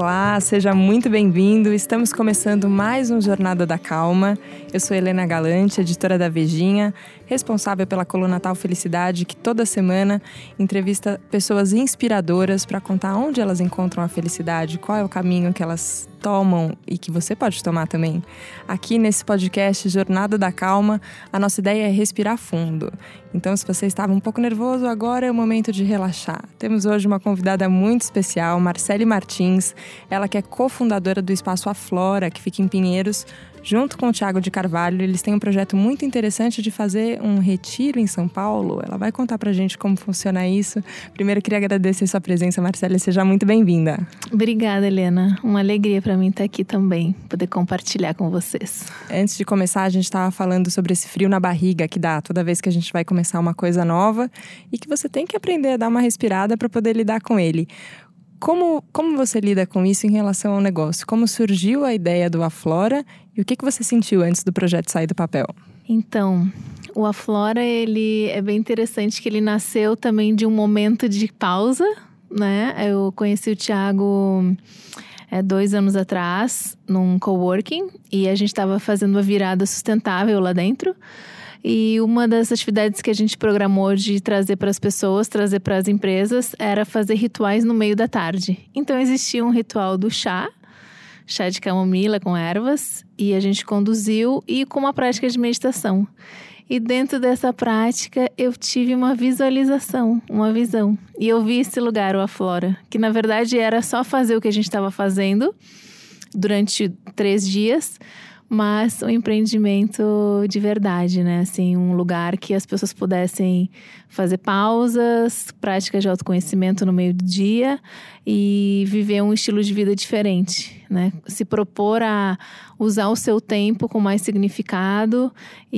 Olá, seja muito bem-vindo. Estamos começando mais um Jornada da Calma. Eu sou Helena Galante, editora da Vejinha, responsável pela coluna Tal Felicidade, que toda semana entrevista pessoas inspiradoras para contar onde elas encontram a felicidade, qual é o caminho que elas tomam e que você pode tomar também. Aqui nesse podcast Jornada da Calma, a nossa ideia é respirar fundo. Então, se você estava um pouco nervoso, agora é o momento de relaxar. Temos hoje uma convidada muito especial, Marcele Martins. Ela que é cofundadora do Espaço Aflora, que fica em Pinheiros. Junto com o Thiago de Carvalho, eles têm um projeto muito interessante de fazer um retiro em São Paulo. Ela vai contar pra gente como funciona isso. Primeiro, eu queria agradecer sua presença, Marcele. Seja muito bem-vinda. Obrigada, Helena. Uma alegria para mim estar aqui também, poder compartilhar com vocês. Antes de começar, a gente estava falando sobre esse frio na barriga que dá toda vez que a gente vai começar uma coisa nova e que você tem que aprender a dar uma respirada para poder lidar com ele. Como você lida com isso em relação ao negócio? Como surgiu a ideia do Aflora e o que você sentiu antes do projeto sair do papel? Então, o Aflora, ele é bem interessante que ele nasceu também de um momento de pausa, né? Eu conheci o Thiago 2 anos atrás, num coworking, e a gente estava fazendo uma virada sustentável lá dentro. E uma das atividades que a gente programou de trazer para as pessoas, trazer para as empresas, era fazer rituais no meio da tarde. Então existia um ritual do chá de camomila com ervas, e a gente conduziu, e com uma prática de meditação. E dentro dessa prática eu tive uma visualização, uma visão. E eu vi esse lugar, o Aflora, que na verdade era só fazer o que a gente estava fazendo durante 3 dias, mas um empreendimento de verdade, né? Assim, um lugar que as pessoas pudessem fazer pausas, práticas de autoconhecimento no meio do dia e viver um estilo de vida diferente, né? Se propor a usar o seu tempo com mais significado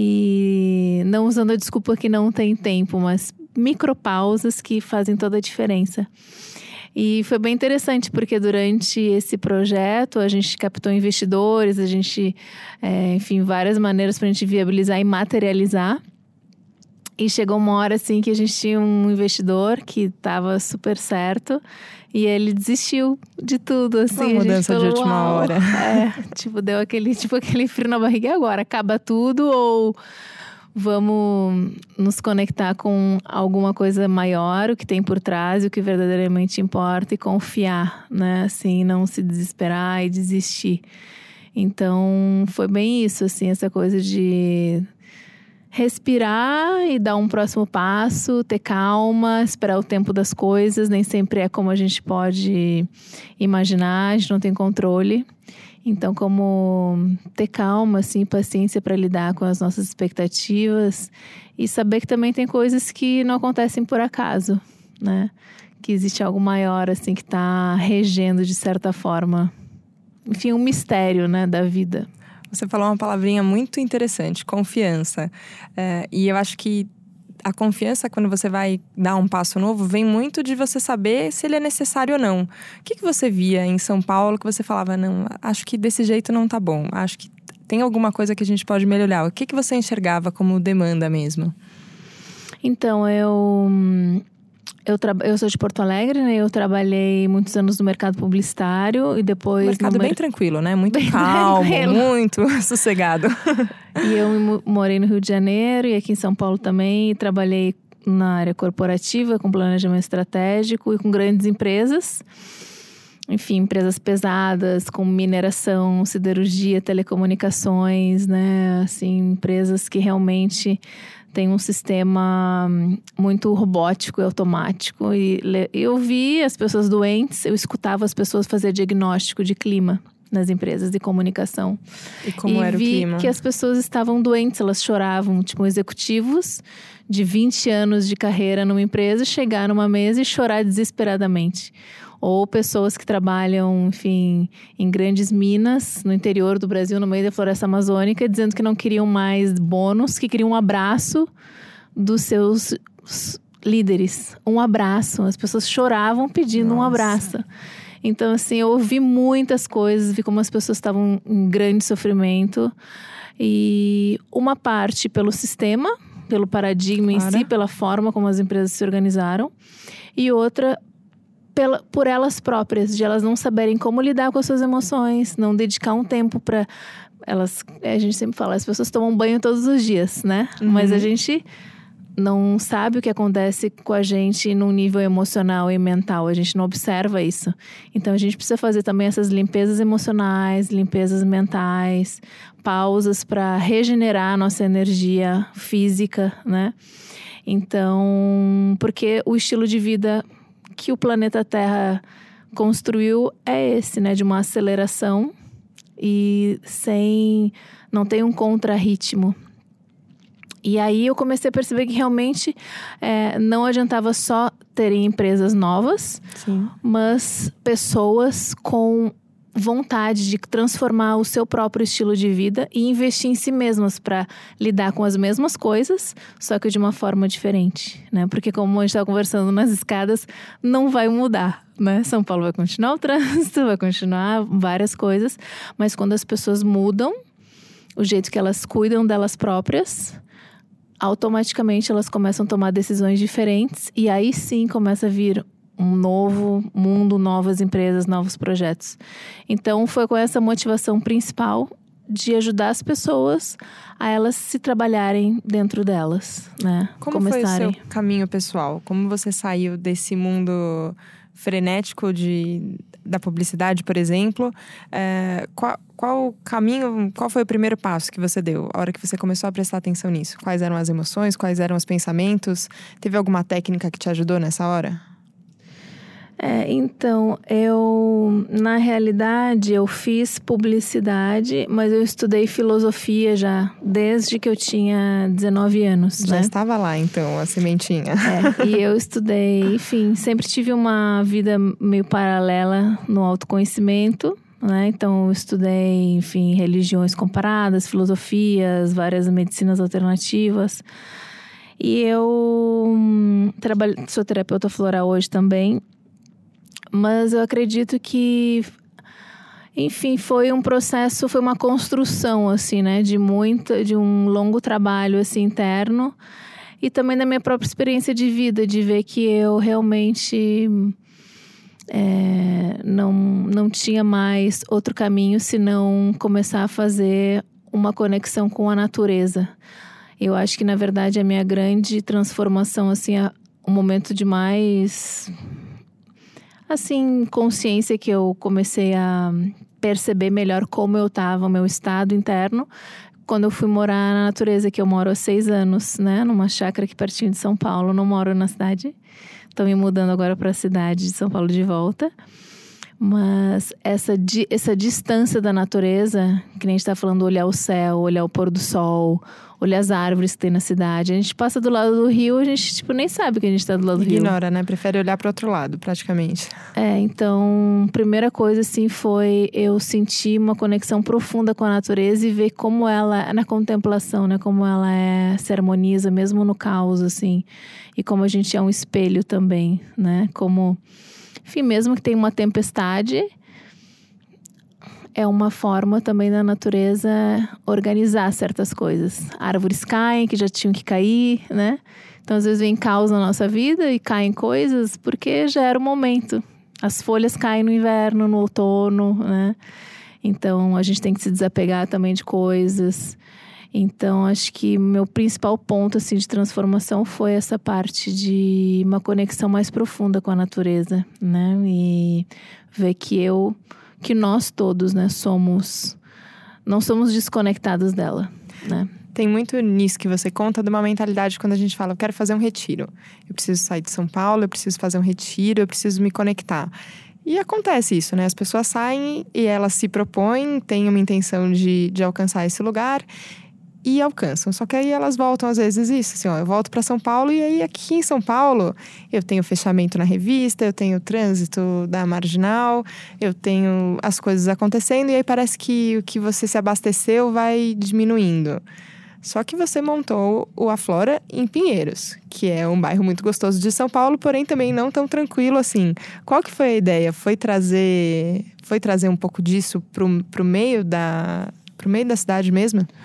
e não usando a desculpa que não tem tempo, mas micropausas que fazem toda a diferença. E foi bem interessante, porque durante esse projeto a gente captou investidores, a gente, enfim, várias maneiras para a gente viabilizar e materializar. E chegou uma hora, assim, que a gente tinha um investidor que estava super certo e ele desistiu de tudo, assim. Uma mudança de última hora. Deu aquele frio na barriga. E agora? Acaba tudo ou vamos nos conectar com alguma coisa maior, o que tem por trás, o que verdadeiramente importa e confiar, né? Assim, não se desesperar e desistir. Então, foi bem isso, assim, essa coisa de respirar e dar um próximo passo, ter calma, esperar o tempo das coisas. Nem sempre é como a gente pode imaginar, a gente não tem controle. Então, como ter calma, assim, paciência para lidar com as nossas expectativas e saber que também tem coisas que não acontecem por acaso, né? Que existe algo maior, assim, que está regendo de certa forma. Enfim, um mistério, né, da vida. Você falou uma palavrinha muito interessante, confiança. E eu acho que a confiança, quando você vai dar um passo novo, vem muito de você saber se ele é necessário ou não. O que você via em São Paulo que você falava, não, acho que desse jeito não tá bom, acho que tem alguma coisa que a gente pode melhorar. O que você enxergava como demanda mesmo? Então, eu sou de Porto Alegre, né? Eu trabalhei muitos anos no mercado publicitário e depois... Mercado bem tranquilo, né? Muito calmo, muito sossegado. E eu morei no Rio de Janeiro e aqui em São Paulo também. E trabalhei na área corporativa, com planejamento estratégico e com grandes empresas. Enfim, empresas pesadas, com mineração, siderurgia, telecomunicações, né? Assim, empresas que realmente tem um sistema muito robótico e automático. E eu vi as pessoas doentes, eu escutava as pessoas fazer diagnóstico de clima nas empresas de comunicação. E como era o clima? E vi que as pessoas estavam doentes, elas choravam. Tipo, executivos de 20 anos de carreira numa empresa chegar numa mesa e chorar desesperadamente. Ou pessoas que trabalham, enfim, em grandes minas no interior do Brasil, no meio da floresta amazônica, dizendo que não queriam mais bônus, que queriam um abraço dos seus líderes. Um abraço. As pessoas choravam pedindo um abraço. Então, assim, eu ouvi muitas coisas, vi como as pessoas estavam em grande sofrimento. E uma parte pelo sistema, pelo paradigma em si, pela forma como as empresas se organizaram. E outra por elas próprias, de elas não saberem como lidar com as suas emoções, não dedicar um tempo para elas. A gente sempre fala, as pessoas tomam banho todos os dias, né? Mas a gente não sabe o que acontece com a gente no nível emocional e mental. A gente não observa isso. Então, a gente precisa fazer também essas limpezas emocionais, limpezas mentais, pausas para regenerar a nossa energia física, né? Então, porque o estilo de vida que o planeta Terra construiu é esse, né? De uma aceleração e não tem um contrarritmo. E aí eu comecei a perceber que realmente não adiantava só terem empresas novas, mas pessoas com vontade de transformar o seu próprio estilo de vida e investir em si mesmas para lidar com as mesmas coisas, só que de uma forma diferente, né? Porque como a gente estava conversando nas escadas, não vai mudar, né? São Paulo vai continuar o trânsito, vai continuar várias coisas, mas quando as pessoas mudam o jeito que elas cuidam delas próprias, automaticamente elas começam a tomar decisões diferentes e aí sim começa a vir um novo mundo, novas empresas, novos projetos. Então, foi com essa motivação principal de ajudar as pessoas a elas se trabalharem dentro delas, né? Como foi o seu caminho pessoal? Como você saiu desse mundo frenético da publicidade, por exemplo? Qual o caminho, qual foi o primeiro passo que você deu? A hora que você começou a prestar atenção nisso? Quais eram as emoções? Quais eram os pensamentos? Teve alguma técnica que te ajudou nessa hora? Então, na realidade, eu fiz publicidade, mas eu estudei filosofia já, desde que eu tinha 19 anos, Já né? estava lá, então, a sementinha. E eu estudei, enfim, sempre tive uma vida meio paralela no autoconhecimento, né? Então, eu estudei, enfim, religiões comparadas, filosofias, várias medicinas alternativas. E eu sou terapeuta floral hoje também. Mas eu acredito que, enfim, foi um processo, foi uma construção, assim, né? De um longo trabalho, assim, interno. E também da minha própria experiência de vida, de ver que eu realmente não tinha mais outro caminho senão começar a fazer uma conexão com a natureza. Eu acho que, na verdade, a minha grande transformação, assim, o momento de mais... assim, consciência que eu comecei a perceber melhor como eu estava, o meu estado interno, quando eu fui morar na natureza, que eu moro há 6 anos, né? Numa chácara aqui pertinho de São Paulo, não moro na cidade. Estou me mudando agora para a cidade de São Paulo de volta. Mas essa distância da natureza, que nem a gente está falando, olhar o céu, olhar o pôr do sol, olhar as árvores que tem na cidade. A gente passa do lado do rio, a gente nem sabe que a gente está do lado do rio. Ignora, né? Prefere olhar para o outro lado, praticamente. Então, primeira coisa, assim, foi eu sentir uma conexão profunda com a natureza e ver como ela, na contemplação, né? Como ela se harmoniza, mesmo no caos, assim. E como a gente é um espelho também, né? Como... Enfim, mesmo que tenha uma tempestade, é uma forma também da natureza organizar certas coisas. Árvores caem, que já tinham que cair, né? Então, às vezes, vem caos na nossa vida e caem coisas porque já era o momento. As folhas caem no inverno, no outono, né? Então, a gente tem que se desapegar também de coisas. Então, acho que meu principal ponto, assim, de transformação foi essa parte de uma conexão mais profunda com a natureza, né? E ver que nós todos, né, não somos desconectados dela, né? Tem muito nisso que você conta de uma mentalidade quando a gente fala, eu quero fazer um retiro. Eu preciso sair de São Paulo, eu preciso fazer um retiro, eu preciso me conectar. E acontece isso, né? As pessoas saem e elas se propõem, têm uma intenção de alcançar esse lugar e alcançam. Só que aí elas voltam, às vezes, isso, assim, eu volto para São Paulo e aí aqui em São Paulo eu tenho fechamento na revista, eu tenho o trânsito da Marginal, eu tenho as coisas acontecendo e aí parece que o que você se abasteceu vai diminuindo. Só que você montou o Aflora em Pinheiros, que é um bairro muito gostoso de São Paulo, porém também não tão tranquilo assim. Qual que foi a ideia? Foi trazer um pouco disso pro meio da cidade mesmo?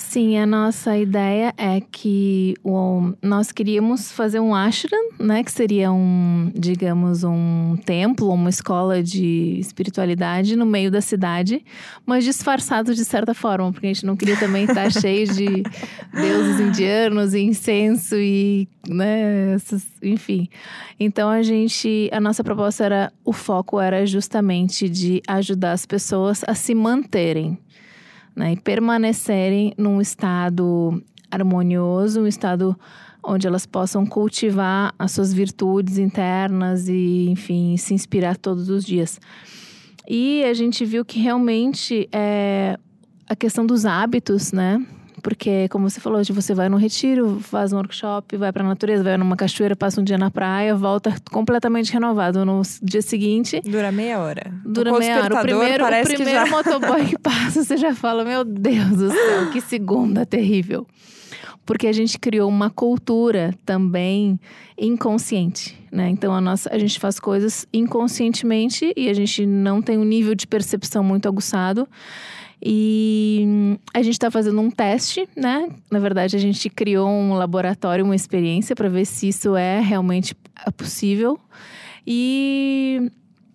Sim, a nossa ideia é que nós queríamos fazer um ashram, né? Que seria digamos, um templo, uma escola de espiritualidade no meio da cidade, mas disfarçado de certa forma, porque a gente não queria também estar cheio de deuses indianos e incenso e, né, enfim. Então a nossa proposta o foco era justamente de ajudar as pessoas a se manterem, né, e permanecerem num estado harmonioso, um estado onde elas possam cultivar as suas virtudes internas e, enfim, se inspirar todos os dias. E a gente viu que realmente a questão dos hábitos, né? Porque, como você falou, você vai num retiro, faz um workshop, vai pra natureza, vai numa cachoeira, passa um dia na praia, volta completamente renovado. No dia seguinte... Dura meia hora. Dura meia hora. O primeiro motoboy que passa, você já fala, meu Deus do céu, que segunda terrível. Porque a gente criou uma cultura também inconsciente, né? Então, a gente faz coisas inconscientemente e a gente não tem um nível de percepção muito aguçado. E a gente está fazendo um teste, né? Na verdade, a gente criou um laboratório, uma experiência para ver se isso é realmente possível. E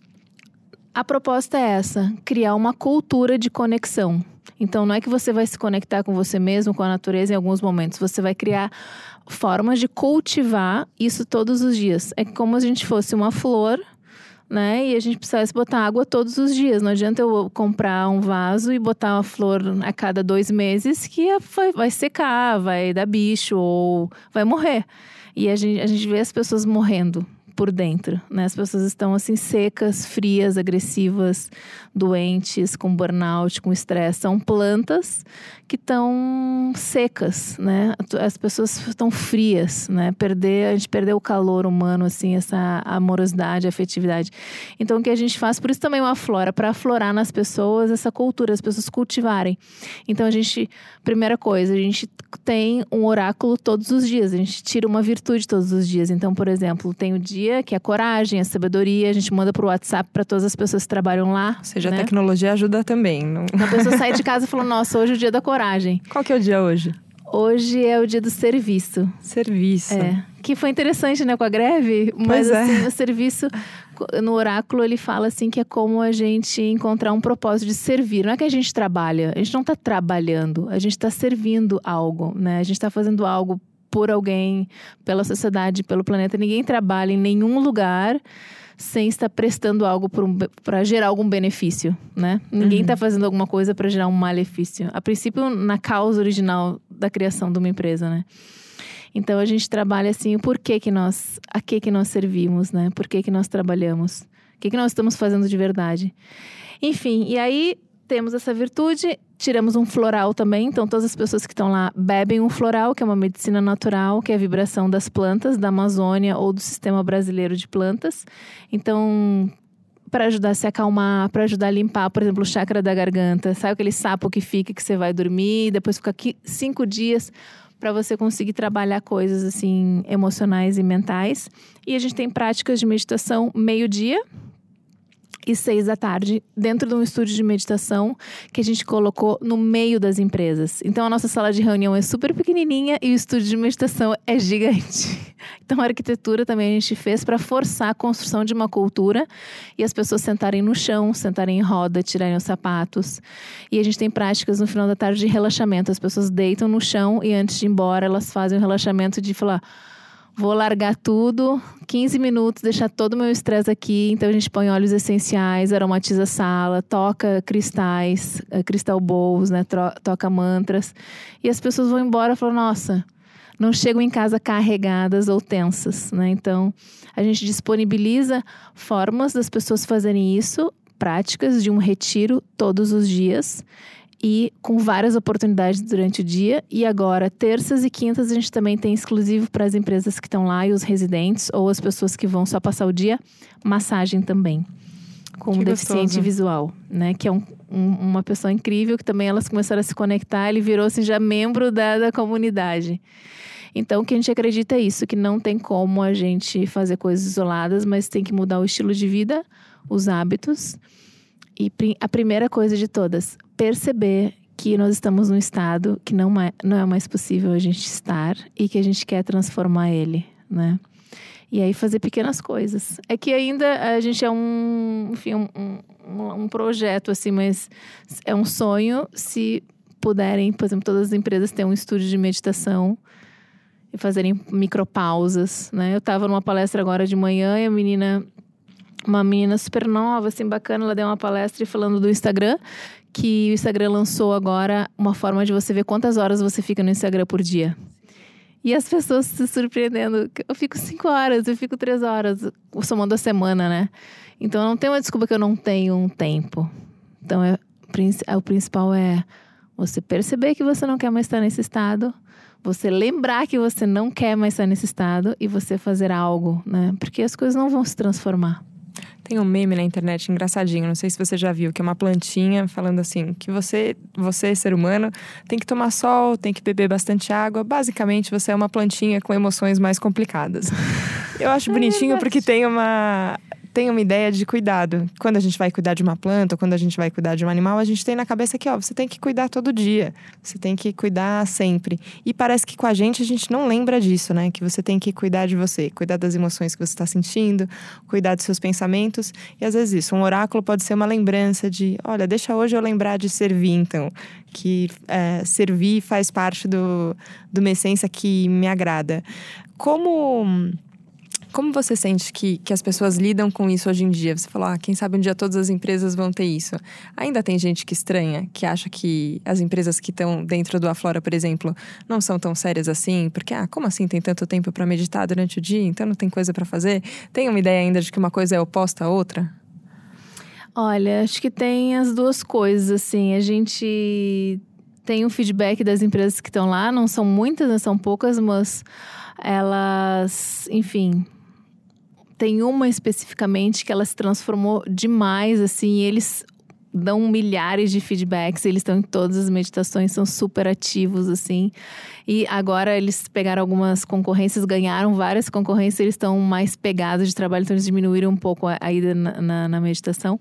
a proposta é essa, criar uma cultura de conexão. Então, não é que você vai se conectar com você mesmo, com a natureza em alguns momentos. Você vai criar formas de cultivar isso todos os dias. É como se a gente fosse uma flor, né? E a gente precisasse botar água todos os dias. Não adianta eu comprar um vaso e botar uma flor a cada 2 meses que vai secar, vai dar bicho ou vai morrer. E a gente vê as pessoas morrendo por dentro, né? As pessoas estão assim secas, frias, agressivas, doentes, com burnout, com estresse. São plantas que estão secas, né? As pessoas estão frias, né? A gente perdeu o calor humano, assim, essa amorosidade, afetividade. Então, o que a gente faz, por isso também uma flora, para aflorar nas pessoas essa cultura, as pessoas cultivarem. Então, primeira coisa, a gente tem um oráculo todos os dias, a gente tira uma virtude todos os dias. Então, por exemplo, tem o dia que é a coragem, a sabedoria, a gente manda pro WhatsApp para todas as pessoas que trabalham lá. Ou seja, né? A tecnologia ajuda também. Não... A pessoa sai de casa e fala, nossa, hoje é o dia da coragem. Qual que é o dia hoje? Hoje é o dia do serviço. Serviço. Que foi interessante, né, com a greve. Mas, assim, o serviço, no oráculo, ele fala, assim, que é como a gente encontrar um propósito de servir. Não é que a gente trabalha, a gente não está trabalhando, a gente está servindo algo, né? A gente está fazendo algo por alguém, pela sociedade, pelo planeta. Ninguém trabalha em nenhum lugar sem estar prestando algo para gerar algum benefício, né? Ninguém está fazendo alguma coisa para gerar um malefício. A princípio, na causa original da criação de uma empresa, né? Então, a gente trabalha assim, a que nós servimos, né? Por que nós trabalhamos? O que nós estamos fazendo de verdade? Enfim, e aí temos essa virtude, tiramos um floral também. Então, todas as pessoas que estão lá bebem um floral, que é uma medicina natural, que é a vibração das plantas da Amazônia ou do Sistema Brasileiro de Plantas. Então, para ajudar a se acalmar, para ajudar a limpar, por exemplo, o chakra da garganta. Sabe aquele sapo que você vai dormir, depois fica aqui 5 dias para você conseguir trabalhar coisas assim emocionais e mentais. E a gente tem práticas de meditação meio-dia e 6 da tarde, dentro de um estúdio de meditação que a gente colocou no meio das empresas. Então, a nossa sala de reunião é super pequenininha e o estúdio de meditação é gigante. Então, a arquitetura também a gente fez para forçar a construção de uma cultura e as pessoas sentarem no chão, sentarem em roda, tirarem os sapatos. E a gente tem práticas no final da tarde de relaxamento. As pessoas deitam no chão e antes de ir embora, elas fazem um relaxamento de falar... Vou largar tudo, 15 minutos, deixar todo o meu estresse aqui. Então, a gente põe óleos essenciais, aromatiza a sala, toca cristais, crystal bowls, né? Toca mantras. E as pessoas vão embora e falam, nossa, não chegam em casa carregadas ou tensas, né? Então, a gente disponibiliza formas das pessoas fazerem isso, práticas de um retiro todos os dias. E com várias oportunidades durante o dia. E agora, terças e quintas, a gente também tem exclusivo para as empresas que estão lá e os residentes, ou as pessoas que vão só passar o dia, massagem também. Com um deficiente visual, né? Que é uma pessoa incrível, que também elas começaram a se conectar, ele virou assim, já membro da comunidade. Então, o que a gente acredita é isso, que não tem como a gente fazer coisas isoladas, mas tem que mudar o estilo de vida, os hábitos. E a primeira coisa de todas, perceber que nós estamos num estado que não é mais possível a gente estar e que a gente quer transformar ele, né? E aí fazer pequenas coisas. É que ainda a gente é um projeto, assim, mas é um sonho se puderem, por exemplo, todas as empresas terem um estúdio de meditação e fazerem micropausas, né? Eu estava numa palestra agora de manhã e uma menina super nova, assim, bacana, ela deu uma palestra falando do Instagram, que o Instagram lançou agora uma forma de você ver quantas horas você fica no Instagram por dia. E as pessoas se surpreendendo. Eu fico 5 horas, eu fico 3 horas, somando a semana, né? Então, não tem uma desculpa que eu não tenho um tempo. Então, o principal é você perceber que você não quer mais estar nesse estado, você lembrar que você não quer mais estar nesse estado e você fazer algo, né? Porque as coisas não vão se transformar. Tem um meme na internet engraçadinho, não sei se você já viu, que é uma plantinha falando assim, que você, ser humano, tem que tomar sol, tem que beber bastante água. Basicamente, você é uma plantinha com emoções mais complicadas. Eu acho bonitinho porque tem uma ideia de cuidado. Quando a gente vai cuidar de uma planta, ou quando a gente vai cuidar de um animal, a gente tem na cabeça que, você tem que cuidar todo dia. Você tem que cuidar sempre. E parece que com a gente não lembra disso, né? Que você tem que cuidar de você, cuidar das emoções que você está sentindo, cuidar dos seus pensamentos. E às vezes isso, um oráculo pode ser uma lembrança de, olha, deixa hoje eu lembrar de servir, então. Que servir faz parte de uma essência que me agrada. Como você sente que as pessoas lidam com isso hoje em dia? Você falou, quem sabe um dia todas as empresas vão ter isso. Ainda tem gente que estranha, que acha que as empresas que estão dentro do Aflora, por exemplo, não são tão sérias assim? Porque, como assim tem tanto tempo para meditar durante o dia? Então não tem coisa para fazer? Tem uma ideia ainda de que uma coisa é oposta à outra? Olha, acho que tem as duas coisas, assim. A gente tem um feedback das empresas que estão lá. Não são muitas, né? São poucas, mas elas, enfim... Tem uma especificamente que ela se transformou demais, assim, e eles dão milhares de feedbacks, eles estão em todas as meditações, são super ativos, assim. E agora eles pegaram algumas concorrências, ganharam várias concorrências, eles estão mais pegados de trabalho, então eles diminuíram um pouco a ida na meditação.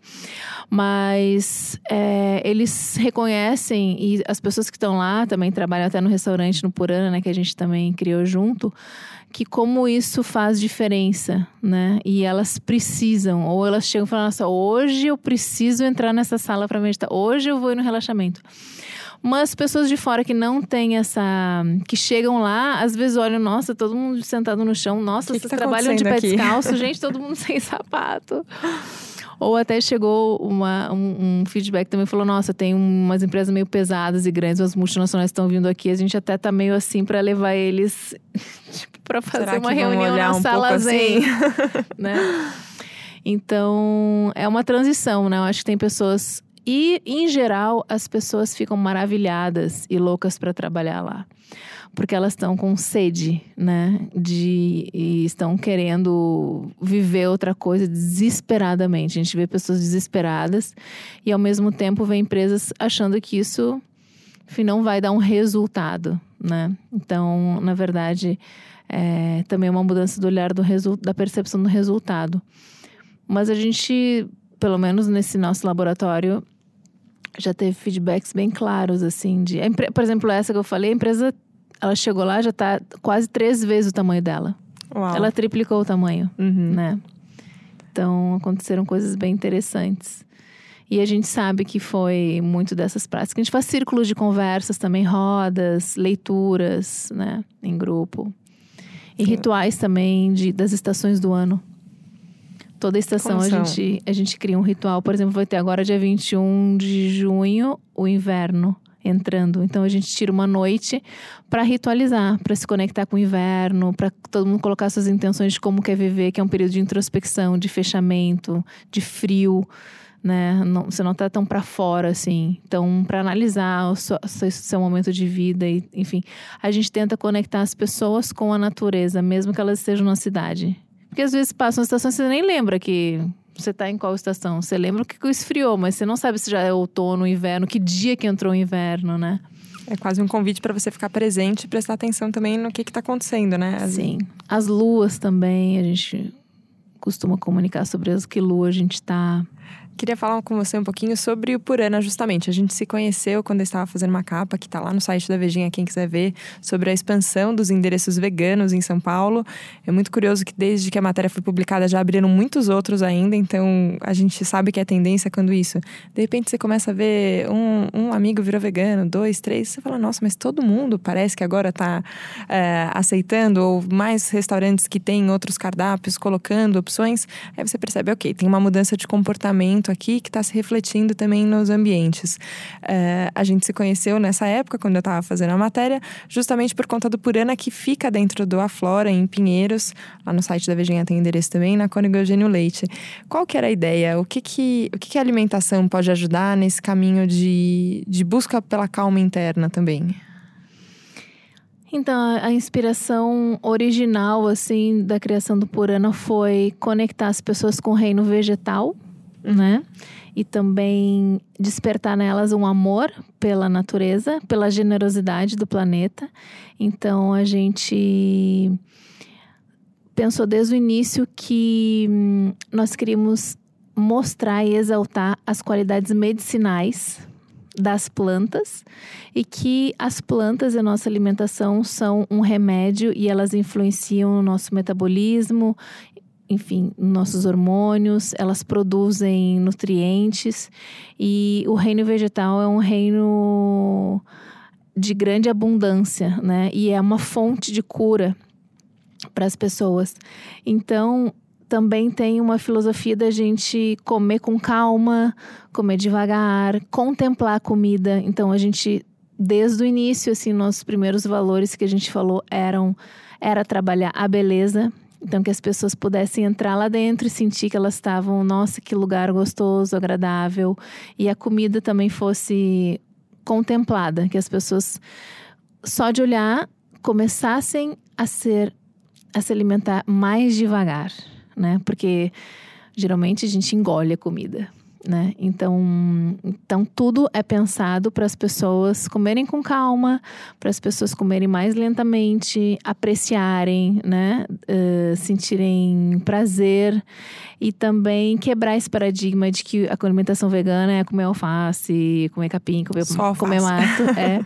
Mas eles reconhecem, e as pessoas que estão lá também trabalham até no restaurante, no Purana, né, que a gente também criou junto, que como isso faz diferença, né? E elas precisam, ou elas chegam e falam, nossa, hoje eu preciso entrar nessa sala para meditar, hoje eu vou ir no relaxamento. Mas pessoas de fora que não têm que chegam lá, às vezes olham, nossa, todo mundo sentado no chão, nossa, vocês trabalham de pé descalço, gente, todo mundo sem sapato. Ou até chegou um feedback também, falou, nossa, tem umas empresas meio pesadas e grandes, as multinacionais estão vindo aqui, a gente até tá meio assim para levar eles, tipo, para fazer uma reunião na sala zen, assim? Né? Então, é uma transição, né? Eu acho que tem pessoas... E, em geral, as pessoas ficam maravilhadas e loucas para trabalhar lá. Porque elas estão com sede, né? E estão querendo viver outra coisa desesperadamente. A gente vê pessoas desesperadas e, ao mesmo tempo, vê empresas achando que isso, enfim, não vai dar um resultado, né? Então, na verdade, também é uma mudança do olhar da percepção do resultado. Mas a gente, pelo menos nesse nosso laboratório, já teve feedbacks bem claros, assim, por exemplo, essa que eu falei, a empresa, ela chegou lá, já está quase 3 vezes o tamanho dela. Uau. Ela triplicou o tamanho, né? Então, aconteceram coisas bem interessantes. E a gente sabe que foi muito dessas práticas. A gente faz círculos de conversas também, rodas, leituras, né? Em grupo. E rituais também das estações do ano. Toda estação a gente cria um ritual. Por exemplo, vai ter agora dia 21 de junho o inverno entrando. Então a gente tira uma noite para ritualizar, para se conectar com o inverno, para todo mundo colocar suas intenções de como quer viver, que é um período de introspecção, de fechamento, de frio, né? Você não tá tão para fora assim. Então, para analisar o seu momento de vida e, enfim, a gente tenta conectar as pessoas com a natureza, mesmo que elas estejam na cidade. Porque às vezes passa uma estação e você nem lembra que você tá em qual estação. Você lembra que esfriou, mas você não sabe se já é outono, inverno, que dia que entrou o inverno, né? É quase um convite para você ficar presente e prestar atenção também no que tá acontecendo, né? Sim. As luas também, a gente costuma comunicar sobre as que lua a gente tá. Queria falar com você um pouquinho sobre o Purana, justamente. A gente se conheceu quando eu estava fazendo uma capa, que está lá no site da Vejinha, quem quiser ver, sobre a expansão dos endereços veganos em São Paulo. É muito curioso que desde que a matéria foi publicada já abriram muitos outros ainda, então a gente sabe que é tendência quando isso. De repente você começa a ver um amigo virou vegano, 2, 3, você fala, nossa, mas todo mundo parece que agora está aceitando, ou mais restaurantes que têm outros cardápios, colocando opções. Aí você percebe, ok, tem uma mudança de comportamento aqui que está se refletindo também nos ambientes. A gente se conheceu nessa época, quando eu estava fazendo a matéria, justamente por conta do Purana, que fica dentro do Aflora, em Pinheiros. Lá no site da Vejinha tem endereço também, na Cônego Eugênio Leite. Qual que era a ideia? O que a alimentação pode ajudar nesse caminho de busca pela calma interna também? Então, a inspiração original, assim, da criação do Purana foi conectar as pessoas com o reino vegetal, né? E também despertar nelas um amor pela natureza, pela generosidade do planeta. Então, a gente pensou desde o início que nós queríamos mostrar e exaltar as qualidades medicinais das plantas e que as plantas e a nossa alimentação são um remédio e elas influenciam no nosso metabolismo, enfim, nossos hormônios, elas produzem nutrientes e o reino vegetal é um reino de grande abundância, né? E é uma fonte de cura para as pessoas. Então, também tem uma filosofia da gente comer com calma, comer devagar, contemplar a comida. Então, a gente, desde o início, assim, nossos primeiros valores que a gente falou era trabalhar a beleza. Então, que as pessoas pudessem entrar lá dentro e sentir que elas estavam, nossa, que lugar gostoso, agradável. E a comida também fosse contemplada, que as pessoas, só de olhar, começassem a se alimentar mais devagar, né? Porque geralmente a gente engole a comida, né? Então tudo é pensado para as pessoas comerem com calma, para as pessoas comerem mais lentamente, apreciarem, né? Sentirem prazer e também quebrar esse paradigma de que a alimentação vegana é comer alface, comer capim, comer mato.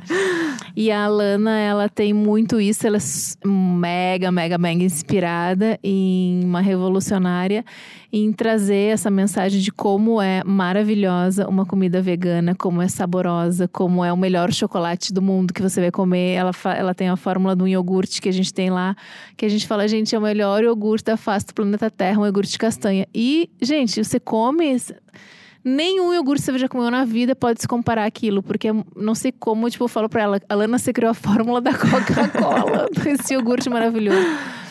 E a Alana, ela tem muito isso, ela é mega inspirada em uma revolucionária em trazer essa mensagem de como é maravilhosa uma comida vegana, como é saborosa, como é o melhor chocolate do mundo que você vai comer. Ela tem a fórmula de um iogurte que a gente tem lá, que a gente fala, gente, é o melhor iogurte da face do planeta Terra, um iogurte de castanha. E, gente, você come... Nenhum iogurte que você já comeu na vida pode se comparar àquilo, porque não sei como, tipo, eu falo pra ela, Alana, você criou a fórmula da Coca-Cola, esse iogurte maravilhoso.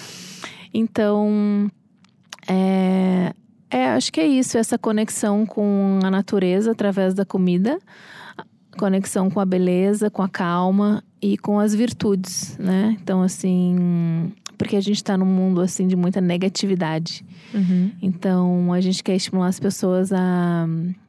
Então, acho que é isso, essa conexão com a natureza através da comida, conexão com a beleza, com a calma e com as virtudes, né? Então, assim, porque a gente tá num mundo, assim, de muita negatividade. Uhum. Então, a gente quer estimular as pessoas a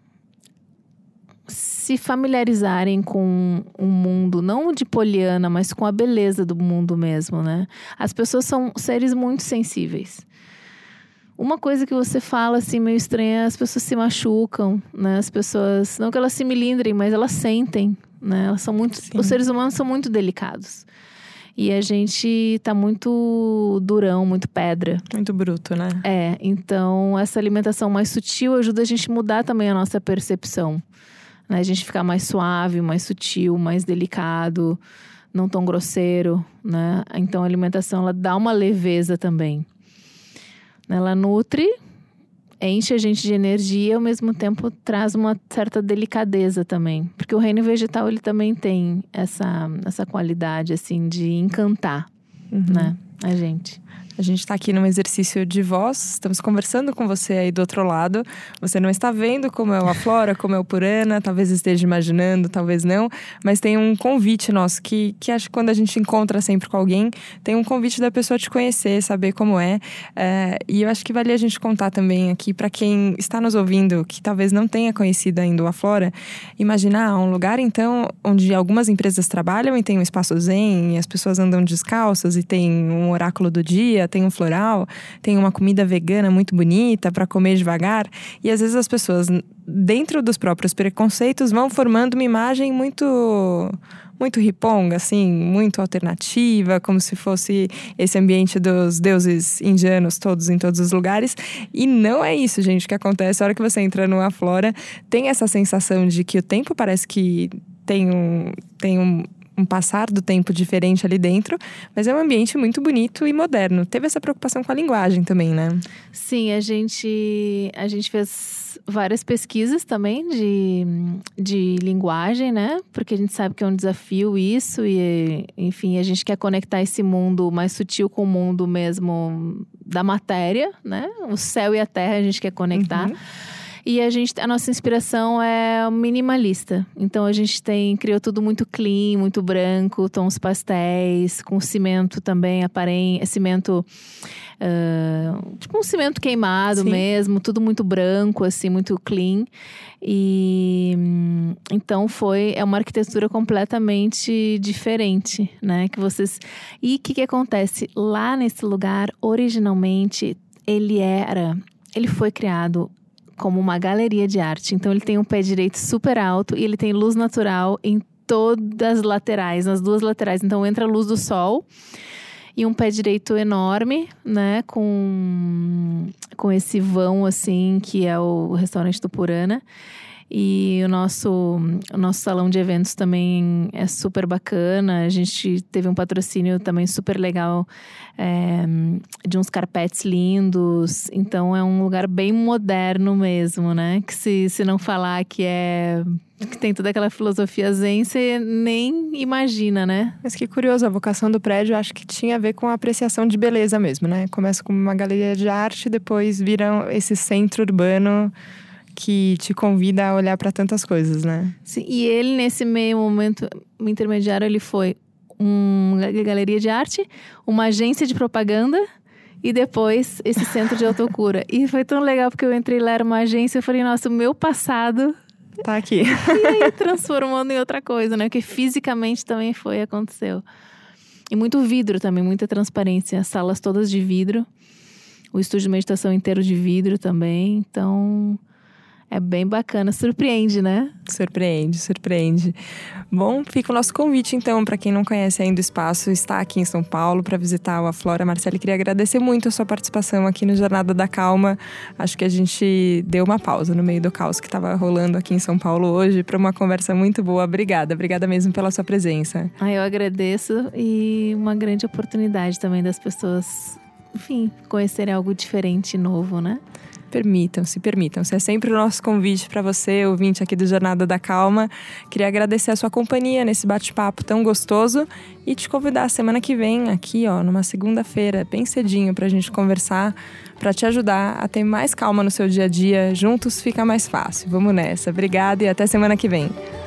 se familiarizarem com um mundo, não de poliana, mas com a beleza do mundo mesmo, né? As pessoas são seres muito sensíveis. Uma coisa que você fala, assim, meio estranha, as pessoas se machucam, né? As pessoas, não que elas se melindrem, mas elas sentem, né? Elas são muito, os seres humanos são muito delicados. E a gente tá muito durão, muito pedra. Muito bruto, né? Então essa alimentação mais sutil ajuda a gente a mudar também a nossa percepção, né? A gente ficar mais suave, mais sutil, mais delicado, não tão grosseiro, né? Então a alimentação, ela dá uma leveza também. Ela nutre, enche a gente de energia e ao mesmo tempo traz uma certa delicadeza também. Porque o reino vegetal, ele também tem essa qualidade, assim, de encantar, né, a gente. A gente está aqui num exercício de voz, estamos conversando com você aí do outro lado. Você não está vendo como é o Aflora, como é o Purana, talvez esteja imaginando, talvez não. Mas tem um convite nosso, que acho que quando a gente encontra sempre com alguém, tem um convite da pessoa te conhecer, saber como é. E eu acho que vale a gente contar também aqui, para quem está nos ouvindo, que talvez não tenha conhecido ainda o Aflora, imaginar um lugar, então, onde algumas empresas trabalham e tem um espaço zen, e as pessoas andam descalças e tem um oráculo do dia, tem um floral, tem uma comida vegana muito bonita para comer devagar. E às vezes as pessoas, dentro dos próprios preconceitos, vão formando uma imagem muito riponga, assim, muito alternativa, como se fosse esse ambiente dos deuses indianos todos em todos os lugares. E não é isso, gente, que acontece. A hora que você entra no Aflora, tem essa sensação de que o tempo parece que tem um passar do tempo diferente ali dentro, mas é um ambiente muito bonito e moderno. Teve essa preocupação com a linguagem também, né? Sim, a gente fez várias pesquisas também de linguagem, né? Porque a gente sabe que é um desafio isso e, enfim, a gente quer conectar esse mundo mais sutil com o mundo mesmo da matéria, né? O céu e a terra a gente quer conectar. E a nossa inspiração é minimalista. Então a gente criou tudo muito clean, muito branco, tons pastéis, com cimento também aparente, cimento tipo um cimento queimado mesmo, tudo muito branco, assim, muito clean. E então é uma arquitetura completamente diferente, né? E o que acontece? Lá nesse lugar, originalmente, ele foi criado como uma galeria de arte. Então ele tem um pé direito super alto e ele tem luz natural em todas as laterais, nas duas laterais. Então entra a luz do sol e um pé direito enorme, né, com esse vão assim que é o restaurante Tupurana. E o nosso salão de eventos também é super bacana. A gente teve um patrocínio também super legal de uns carpetes lindos. Então é um lugar bem moderno mesmo, né? Que se não falar que tem toda aquela filosofia zen, você nem imagina, né? Mas que curioso, a vocação do prédio acho que tinha a ver com a apreciação de beleza mesmo, né? Começa como uma galeria de arte, depois vira esse centro urbano que te convida a olhar para tantas coisas, né? Sim, e ele, nesse meio momento intermediário, ele foi uma galeria de arte, uma agência de propaganda e depois esse centro de autocura. E foi tão legal, porque eu entrei lá, era uma agência, eu falei, nossa, o meu passado tá aqui. E aí transformando em outra coisa, né? Porque fisicamente também aconteceu. E muito vidro também, muita transparência. As salas todas de vidro. O estúdio de meditação inteiro de vidro também. Então, é bem bacana. Surpreende, né? Surpreende. Bom, fica o nosso convite, então, para quem não conhece ainda o espaço, está aqui em São Paulo para visitar o Aflora. Marcele, queria agradecer muito a sua participação aqui no Jornada da Calma. Acho que a gente deu uma pausa no meio do caos que estava rolando aqui em São Paulo hoje para uma conversa muito boa. Obrigada mesmo pela sua presença. Eu agradeço e uma grande oportunidade também das pessoas, enfim, conhecerem algo diferente e novo, né? Permitam-se. É sempre o nosso convite para você, ouvinte aqui do Jornada da Calma. Queria agradecer a sua companhia nesse bate-papo tão gostoso e te convidar a semana que vem, aqui, numa segunda-feira, bem cedinho, para a gente conversar, para te ajudar a ter mais calma no seu dia a dia. Juntos fica mais fácil. Vamos nessa. Obrigada e até semana que vem.